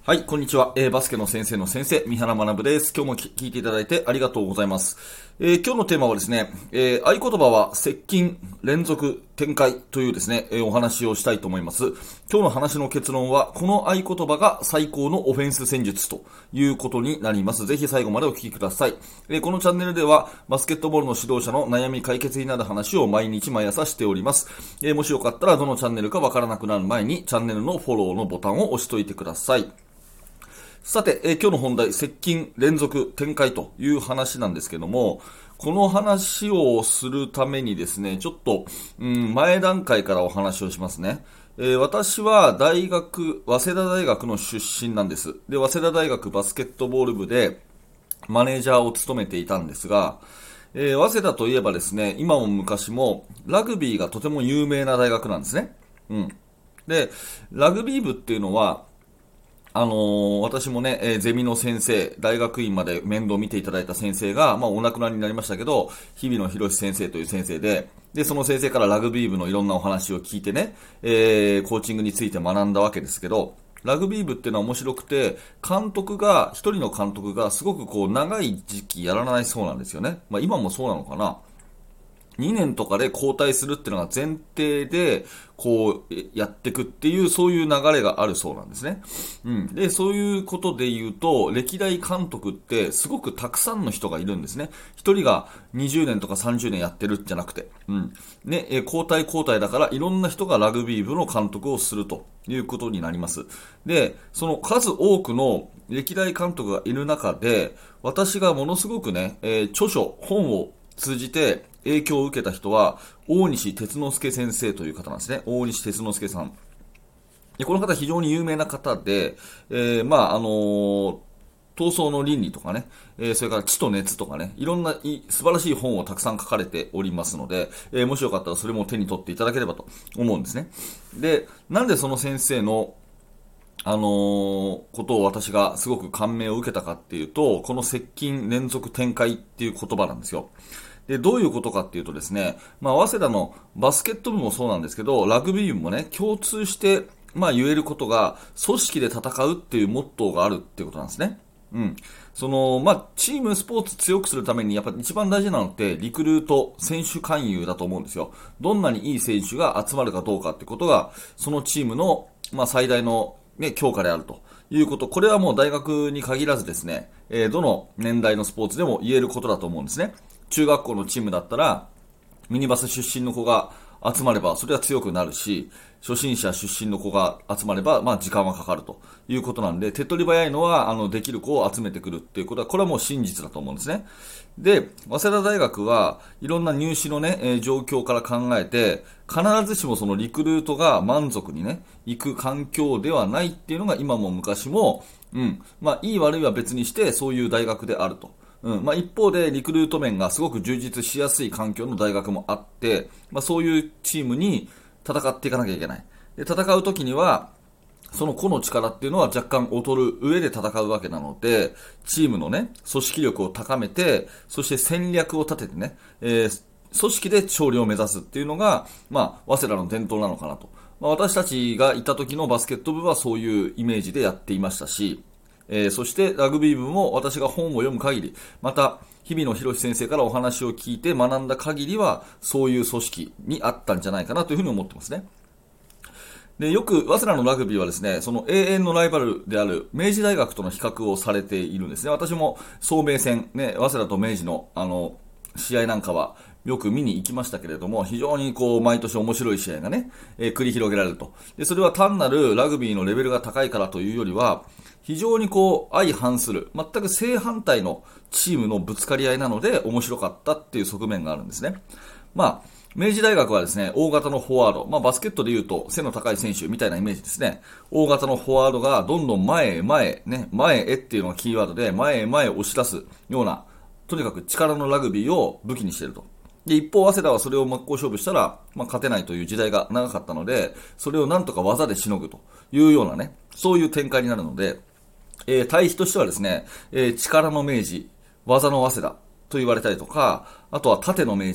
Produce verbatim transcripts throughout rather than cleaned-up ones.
はい、こんにちは。えー、バスケの先生の先生、三原学です。今日も聞いていただいてありがとうございます。えー、今日のテーマはですね、えー、合言葉は接近、連続、展開というですね、えー、お話をしたいと思います。今日の話の結論は、この合言葉が最高のオフェンス戦術ということになります。ぜひ最後までお聞きください。えー、このチャンネルでは、バスケットボールの指導者の悩み解決になる話を毎日毎朝しております。えー、もしよかったら、どのチャンネルかわからなくなる前に、チャンネルのフォローのボタンを押しといてください。さて、えー、今日の本題、接近、連続、展開という話なんですけども、この話をするためにですね、ちょっと、うん、前段階からお話をしますね。えー、私は大学、早稲田大学の出身なんです。で、早稲田大学バスケットボール部でマネージャーを務めていたんですが、えー、早稲田といえばですね、今も昔もラグビーがとても有名な大学なんですね。うん。で、ラグビー部っていうのは、あのー、私もね、えー、ゼミの先生、大学院まで面倒を見ていただいた先生が、まあお亡くなりになりましたけど、日比野博先生という先生で、で、その先生からラグビー部のいろんなお話を聞いてね、えー、コーチングについて学んだわけですけど、ラグビー部っていうのは面白くて、監督が、一人の監督がすごくこう長い時期やらないそうなんですよね。まあ今もそうなのかな。にねんとかで交代するっていうのが前提で、こう、やっていくっていう、そういう流れがあるそうなんですね。うん。で、そういうことで言うと、歴代監督ってすごくたくさんの人がいるんですね。一人がにじゅうねんとかさんじゅうねんやってるんじゃなくて。うん。ね、え交代交代だから、いろんな人がラグビー部の監督をするということになります。で、その数多くの歴代監督がいる中で、私がものすごくね、えー、著書、本を通じて影響を受けた人は、大西哲之助先生という方なんですね。大西哲之助さん。でこの方非常に有名な方で、えー、まあ、あのー、闘争の倫理とかね、えー、それから知と熱とかね、いろんない素晴らしい本をたくさん書かれておりますので、えー、もしよかったらそれも手に取っていただければと思うんですね。で、なんでその先生のあのー、ことを私がすごく感銘を受けたかっていうと、この接近連続展開っていう言葉なんですよ。で、どういうことかっていうとですね、まあ、早稲田のバスケット部もそうなんですけど、ラグビー部もね、共通して、まあ、言えることが、組織で戦うっていうモットーがあるっていうことなんですね。うん。その、まあ、チームスポーツ強くするために、やっぱり一番大事なのって、リクルート、選手勧誘だと思うんですよ。どんなにいい選手が集まるかどうかってことが、そのチームの、まあ、最大の、ね、強化であるということ。これはもう大学に限らずですね、えー、どの年代のスポーツでも言えることだと思うんですね。中学校のチームだったら、ミニバス出身の子が集まれば、それは強くなるし、初心者出身の子が集まれば、まあ時間はかかるということなんで、手っ取り早いのは、あの、できる子を集めてくるっていうことは、これはもう真実だと思うんですね。で、早稲田大学はいろんな入試のね、えー、状況から考えて、必ずしもそのリクルートが満足にね、行く環境ではないっていうのが今も昔も、うん、まあいい悪いは別にしてそういう大学であると。うんまあ、一方でリクルート面がすごく充実しやすい環境の大学もあって、まあ、そういうチームに戦っていかなきゃいけない。で戦うときには、その個の力っていうのは若干劣る上で戦うわけなので、チームのね、組織力を高めて、そして戦略を立ててね、えー、組織で勝利を目指すっていうのが、まあ、早稲田の伝統なのかなと。まあ、私たちがいた時のバスケット部はそういうイメージでやっていましたし、えー、そしてラグビー部も私が本を読む限り、また日比野博先生からお話を聞いて学んだ限りは、そういう組織にあったんじゃないかなというふうに思ってますね。で、よく早稲田のラグビーはですね、その永遠のライバルである明治大学との比較をされているんですね。私も総明戦、ね、早稲田と明治のあの試合なんかはよく見に行きましたけれども、非常にこう毎年面白い試合がね、えー、繰り広げられると。で、それは単なるラグビーのレベルが高いからというよりは、非常にこう相反する、全く正反対のチームのぶつかり合いなので面白かったっていう側面があるんですね。まあ、明治大学はですね、大型のフォワード、まあバスケットで言うと背の高い選手みたいなイメージですね。大型のフォワードがどんどん前へ前へ、ね、前へっていうのがキーワードで、前へ前へ押し出すような、とにかく力のラグビーを武器にしていると。で、一方、早稲田はそれを真っ向勝負したら、まあ、勝てないという時代が長かったので、それをなんとか技でしのぐというようなね、そういう展開になるので、えー、対比としてはですね、えー、力の明治、技の早稲田と言われたりとか、あとは縦の明治、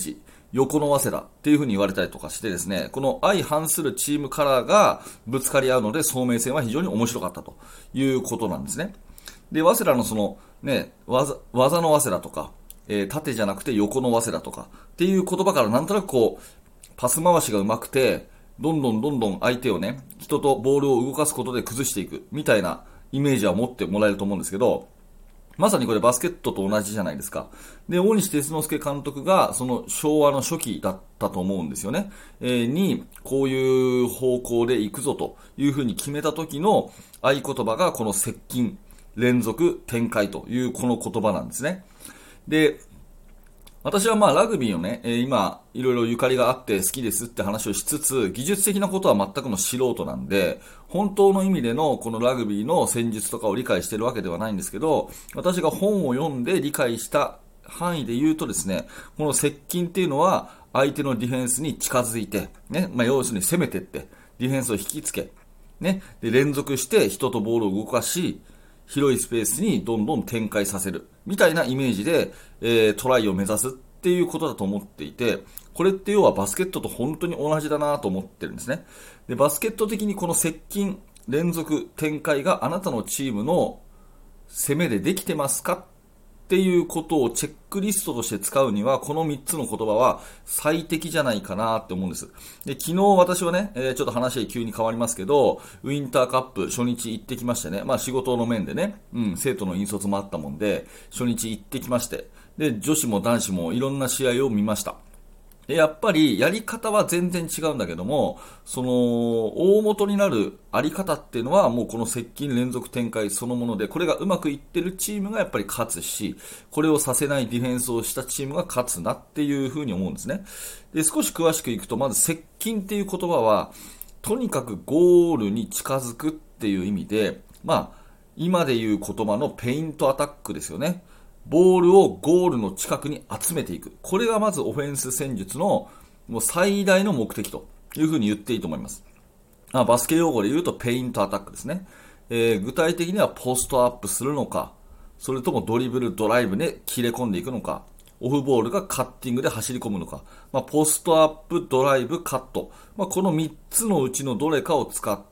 横の早稲田っていう風に言われたりとかしてですね、この相反するチームカラーがぶつかり合うので、聡明戦は非常に面白かったということなんですね。で、早稲田のそのね、技、技の早稲田とか、えー、縦じゃなくて横の早稲田とかっていう言葉からなんとなくこう、パス回しが上手くて、どんどんどんどん相手をね、人とボールを動かすことで崩していくみたいなイメージは持ってもらえると思うんですけど、まさにこれバスケットと同じじゃないですか。で、大西哲之助監督がその昭和の初期だったと思うんですよね。えー、に、こういう方向で行くぞというふうに決めた時の合言葉がこの接近、連続、展開というこの言葉なんですね。で、私はまあラグビーをね、えー、今いろいろゆかりがあって好きですって話をしつつ、技術的なことは全くの素人なんで、本当の意味でのこのラグビーの戦術とかを理解しているわけではないんですけど、私が本を読んで理解した範囲で言うとですね、この接近っていうのは相手のディフェンスに近づいて、ね、まあ要するに攻めてって、ディフェンスを引きつけ、ね、で連続して人とボールを動かし、広いスペースにどんどん展開させるみたいなイメージで、えー、トライを目指すっていうことだと思っていて、これって要はバスケットと本当に同じだなと思ってるんですね。で、バスケット的にこの接近、連続、展開があなたのチームの攻めでできてますかっていうことをチェックリストとして使うには、このみっつの言葉は最適じゃないかなって思うんです。で、昨日私はね、えー、ちょっと話が急に変わりますけど、ウィンターカップ初日行ってきましてね、まあ仕事の面でね、うん、生徒の引率もあったもんで、初日行ってきまして、で、女子も男子もいろんな試合を見ました。で、やっぱりやり方は全然違うんだけども、その大元になるあり方っていうのはもうこの接近連続展開そのもので、これがうまくいってるチームがやっぱり勝つし、これをさせないディフェンスをしたチームが勝つなっていうふうに思うんですね。で、少し詳しくいくと、まず接近っていう言葉は、とにかくゴールに近づくっていう意味で、まあ、今でいう言葉のペイントアタックですよね。ボールをゴールの近くに集めていく。これがまずオフェンス戦術のもう最大の目的というふうに言っていいと思います。あ、バスケ用語で言うとペイントアタックですね。えー、具体的にはポストアップするのか、それともドリブル、ドライブで切れ込んでいくのか、オフボールがカッティングで走り込むのか、まあ、ポストアップ、ドライブ、カット。まあ、このみっつのうちのどれかを使って、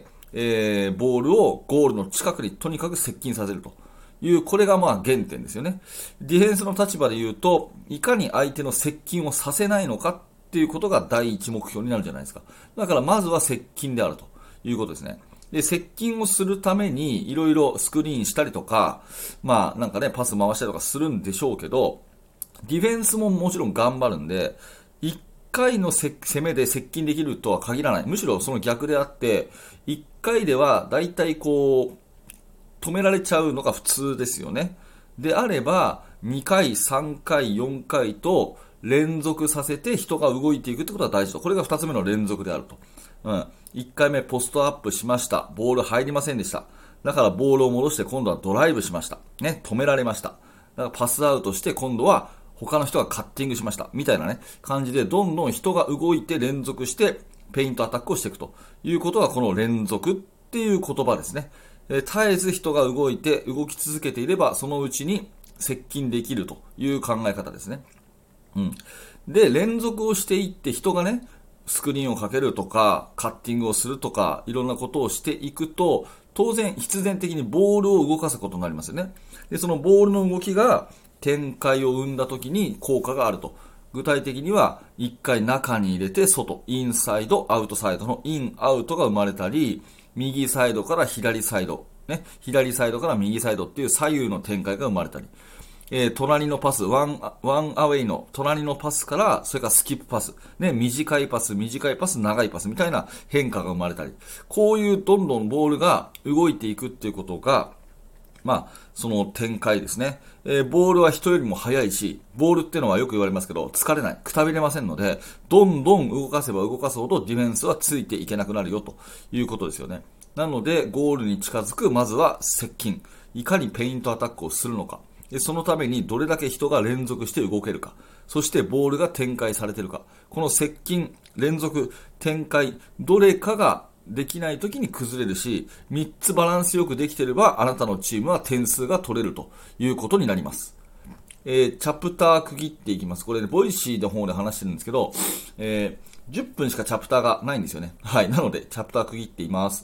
えー、ボールをゴールの近くにとにかく接近させると。いう、これがまあ原点ですよね。ディフェンスの立場で言うと、いかに相手の接近をさせないのかっていうことが第一目標になるじゃないですか。だからまずは接近であるということですね。で、接近をするためにいろいろスクリーンしたりとか、まあなんかね、パス回したりとかするんでしょうけど、ディフェンスももちろん頑張るんで、いっかいの攻めで接近できるとは限らない。むしろその逆であって、いっかいではだいたいこう、止められちゃうのが普通ですよね。であれば、にかい、さんかい、よんかいと連続させて人が動いていくってことが大事と。これがふたつめの連続であると。うん。いっかいめポストアップしました。ボール入りませんでした。だからボールを戻して今度はドライブしました。ね。止められました。だからパスアウトして今度は他の人がカッティングしました。みたいなね、感じでどんどん人が動いて連続してペイントアタックをしていくということがこの連続っていう言葉ですね。えー、絶えず人が動いて動き続けていればそのうちに接近できるという考え方ですね。うん。で、連続をしていって人がね、スクリーンをかけるとか、カッティングをするとか、いろんなことをしていくと、当然必然的にボールを動かすことになりますよね。で、そのボールの動きが展開を生んだ時に効果があると。具体的には、一回中に入れて外、インサイド、アウトサイドのイン、アウトが生まれたり、右サイドから左サイド、ね、左サイドから右サイドっていう左右の展開が生まれたり、えー、隣のパス、ワン、ワンアウェイの隣のパスから、それからスキップパス、ね、短いパス、短いパス、長いパスみたいな変化が生まれたり、こういうどんどんボールが動いていくっていうことが、まあ、その展開ですね。えー、ボールは人よりも速いし、ボールっていうのはよく言われますけど、疲れない、くたびれませんので、どんどん動かせば動かすほどディフェンスはついていけなくなるよということですよね。なので、ゴールに近づく、まずは接近。いかにペイントアタックをするのか。で、そのためにどれだけ人が連続して動けるか。そしてボールが展開されているか。この接近、連続、展開、どれかができない時に崩れるし、みっつバランスよくできていれば、あなたのチームは点数が取れるということになります。 えー、チャプター区切っていきます。これね、ボイシーの方で話してるんですけど、えー、じゅっぷんしかチャプターがないんですよね。はい。なので、チャプター区切っています。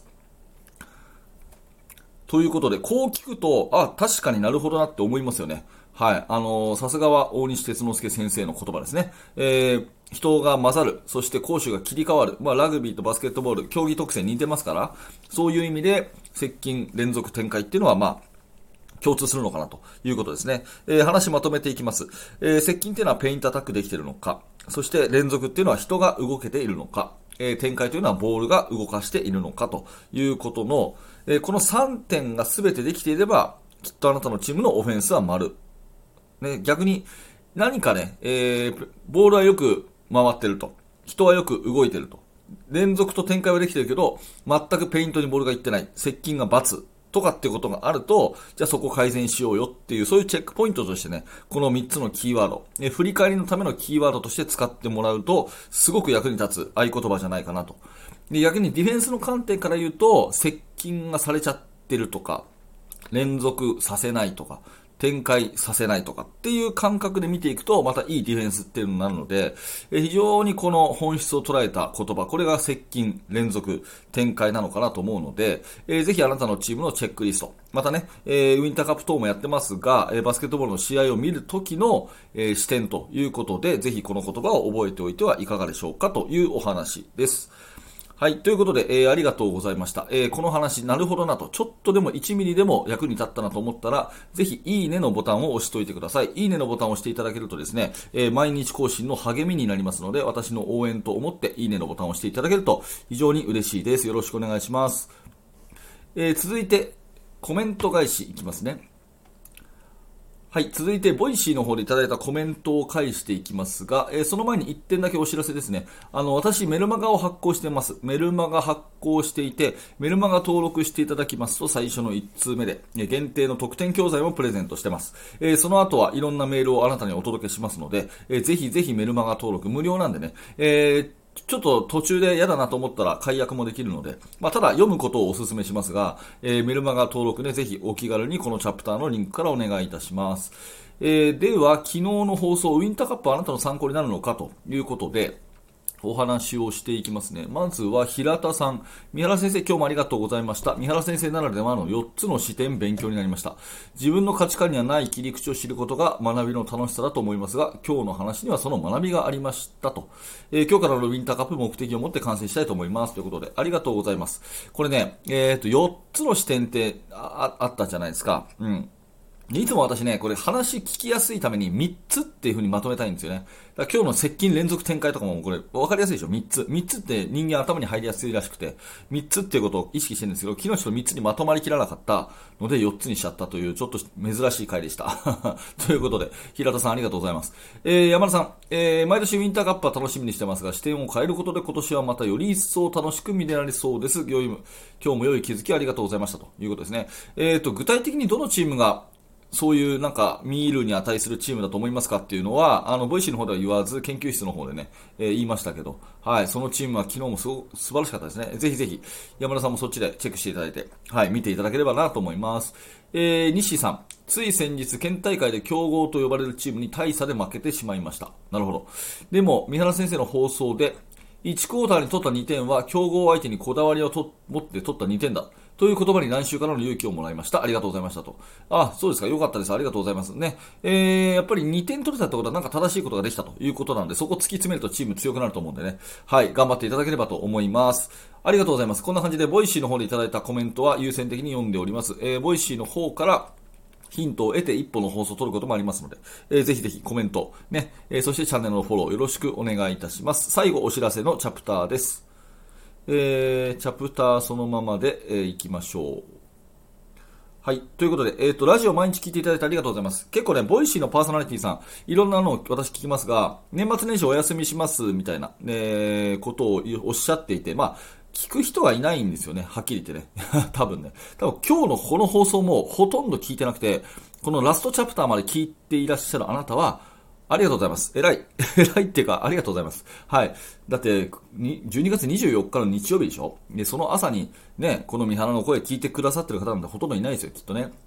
ということで、こう聞くと、あ、確かになるほどなって思いますよね。はい。あのー、さすがは大西哲之助先生の言葉ですね。えー、人が混ざる、そして攻守が切り替わる。まあ、ラグビーとバスケットボール、競技特性似てますから、そういう意味で、接近、連続展開っていうのは、まあ、共通するのかなということですね。えー、話まとめていきます。えー、接近っていうのはペイントアタックできているのか、そして連続っていうのは人が動けているのか、えー、展開というのはボールが動かしているのかということの、えー、このさんてんが全てできていれば、きっとあなたのチームのオフェンスは丸。ね、逆に何かね、えー、ボールはよく回ってると。人はよく動いてると。連続と展開はできてるけど、全くペイントにボールがいってない。接近が×。とかっていうことがあると、じゃあそこ改善しようよっていう、そういうチェックポイントとしてね、このみっつのキーワード、え振り返りのためのキーワードとして使ってもらうと、すごく役に立つ合言葉じゃないかなと。で、逆にディフェンスの観点から言うと、接近がされちゃってるとか、連続させないとか、展開させないとかっていう感覚で見ていくと、またいいディフェンスっていうのになるので、非常にこの本質を捉えた言葉、これが接近、連続、展開なのかなと思うので、えー、ぜひあなたのチームのチェックリスト、またね、えー、ウィンターカップ等もやってますが、バスケットボールの試合を見るときの、えー、視点ということで、ぜひこの言葉を覚えておいてはいかがでしょうかというお話です。はい。ということで、えー、ありがとうございました。えー、この話、なるほどなと、ちょっとでもいちミリでも役に立ったなと思ったら、ぜひ、いいねのボタンを押しといてください。いいねのボタンを押していただけるとですね、えー、毎日更新の励みになりますので、私の応援と思って、いいねのボタンを押していただけると、非常に嬉しいです。よろしくお願いします。えー、続いて、コメント返しいきますね。はい。続いて、ボイシーの方でいただいたコメントを返していきますが、えー、その前にいってんだけお知らせですね。あの、私、メルマガを発行しています。メルマガ発行していて、メルマガ登録していただきますと、最初のいち通目で、えー、限定の特典教材もプレゼントしてます。えー、その後はいろんなメールをあなたにお届けしますので、えー、ぜひぜひメルマガ登録、無料なんでね、えーちょっと途中で嫌だなと思ったら解約もできるので、まあ、ただ読むことをお勧めしますが、えー、メルマガ登録ね、ぜひお気軽にこのチャプターのリンクからお願いいたします。えー、では、昨日の放送、ウィンターカップはあなたの参考になるのかということで、お話をしていきますね。まずは平田さん。三原先生、今日もありがとうございました。三原先生ならではのよっつの視点勉強になりました。自分の価値観にはない切り口を知ることが学びの楽しさだと思いますが、今日の話にはその学びがありましたと。えー、今日からのウィンターカップ目的を持って完成したいと思います。ということで、ありがとうございます。これね、えっと、よっつの視点ってあ、あったじゃないですか。うん。いつも私ね、これ話聞きやすいためにみっつっていう風にまとめたいんですよね。だから今日の接近連続展開とかもこれ分かりやすいでしょ ?みっ つ。みっつって人間頭に入りやすいらしくて、みっつっていうことを意識してるんですけど、昨日ちょっとみっつにまとまりきらなかったのでよっつにしちゃったというちょっと珍しい回でした。ということで、平田さんありがとうございます。えー、山田さん、えー、毎年ウィンターカップは楽しみにしてますが、視点を変えることで今年はまたより一層楽しく見られそうです。今日も良い気づきありがとうございましたということですね。えーと、具体的にどのチームがそういうなんか見るに値するチームだと思いますかっていうのは、あの、ボイシーの方では言わず、研究室の方でね、えー、言いましたけど、はい、そのチームは昨日もすごく素晴らしかったですね。ぜひぜひ、山田さんもそっちでチェックしていただいて、はい、見ていただければなと思います。えー、西さん、つい先日、県大会で強豪と呼ばれるチームに大差で負けてしまいました。なるほど。でも、三原先生の放送で、いちクォーターに取ったにてんは強豪相手にこだわりをと持って取ったにてんだ。という言葉に来週からの勇気をもらいました。ありがとうございましたと。あ、そうですか。よかったです。ありがとうございますね。えー、やっぱりにてん取れたってことはなんか正しいことができたということなんで、そこ突き詰めるとチーム強くなると思うんでね。はい。頑張っていただければと思います。ありがとうございます。こんな感じで、ボイシーの方でいただいたコメントは優先的に読んでおります。えー、ボイシーの方から、ヒントを得て一歩の放送を取ることもありますので、えー、ぜひぜひコメント、ね、えー、そしてチャンネルのフォローよろしくお願いいたします。最後お知らせのチャプターです。えー、チャプターそのままで、えー、いきましょう。はい。ということで、えっと、ラジオ毎日聞いていただいてありがとうございます。結構ね、ボイシーのパーソナリティさん、いろんなのを私聞きますが、年末年始お休みします、みたいな、えー、ことをおっしゃっていて、まあ、聞く人がいないんですよね。はっきり言ってね。多分ね。多分今日のこの放送もほとんど聞いてなくて、このラストチャプターまで聞いていらっしゃるあなたは、ありがとうございます。偉い。偉いっていうか、ありがとうございます。はい。だって、じゅうにがつにじゅうよっかの日曜日でしょで、その朝にね、この三原の声聞いてくださってる方なんてほとんどいないですよ、きっとね。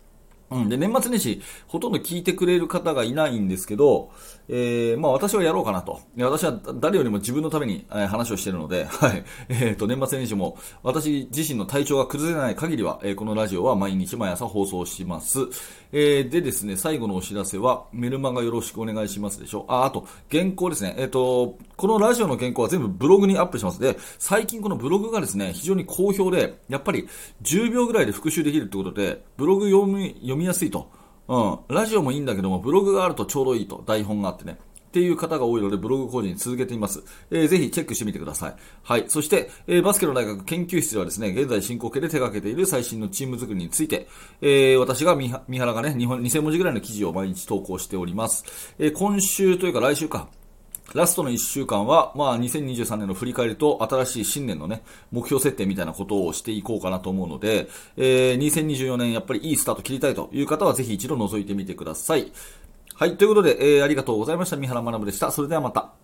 うん。で、年末年始、ほとんど聞いてくれる方がいないんですけど、えー、まあ私はやろうかなと。いや私は誰よりも自分のために、えー話をしているので、はい。えっと、年末年始も私自身の体調が崩れない限りは、えーこのラジオは毎日毎朝放送します。えー、でですね、最後のお知らせは、メルマガよろしくお願いしますでしょ。あ、あと、原稿ですね。えっと、このラジオの原稿は全部ブログにアップします。で、最近このブログがですね、非常に好評で、やっぱりじゅうびょうぐらいで復習できるってことで、ブログ読み、読みやすいと。うん。ラジオもいいんだけども、ブログがあるとちょうどいいと。台本があってね。っていう方が多いので、ブログ更新続けています。えー、ぜひチェックしてみてください。はい。そして、えー、バスケの大学研究室ではですね、現在進行形で手掛けている最新のチーム作りについて、えー、私が、三原がね、日本にせん文字ぐらいの記事を毎日投稿しております。えー、今週というか来週か。ラストのいっしゅうかんは、まあ、にせんにじゅうさんねんの振り返りと、新しい新年のね、目標設定みたいなことをしていこうかなと思うので、えー、にせんにじゅうよねんやっぱりいいスタート切りたいという方は、ぜひ一度覗いてみてください。はい、ということで、えー、ありがとうございました。三原学でした。それではまた。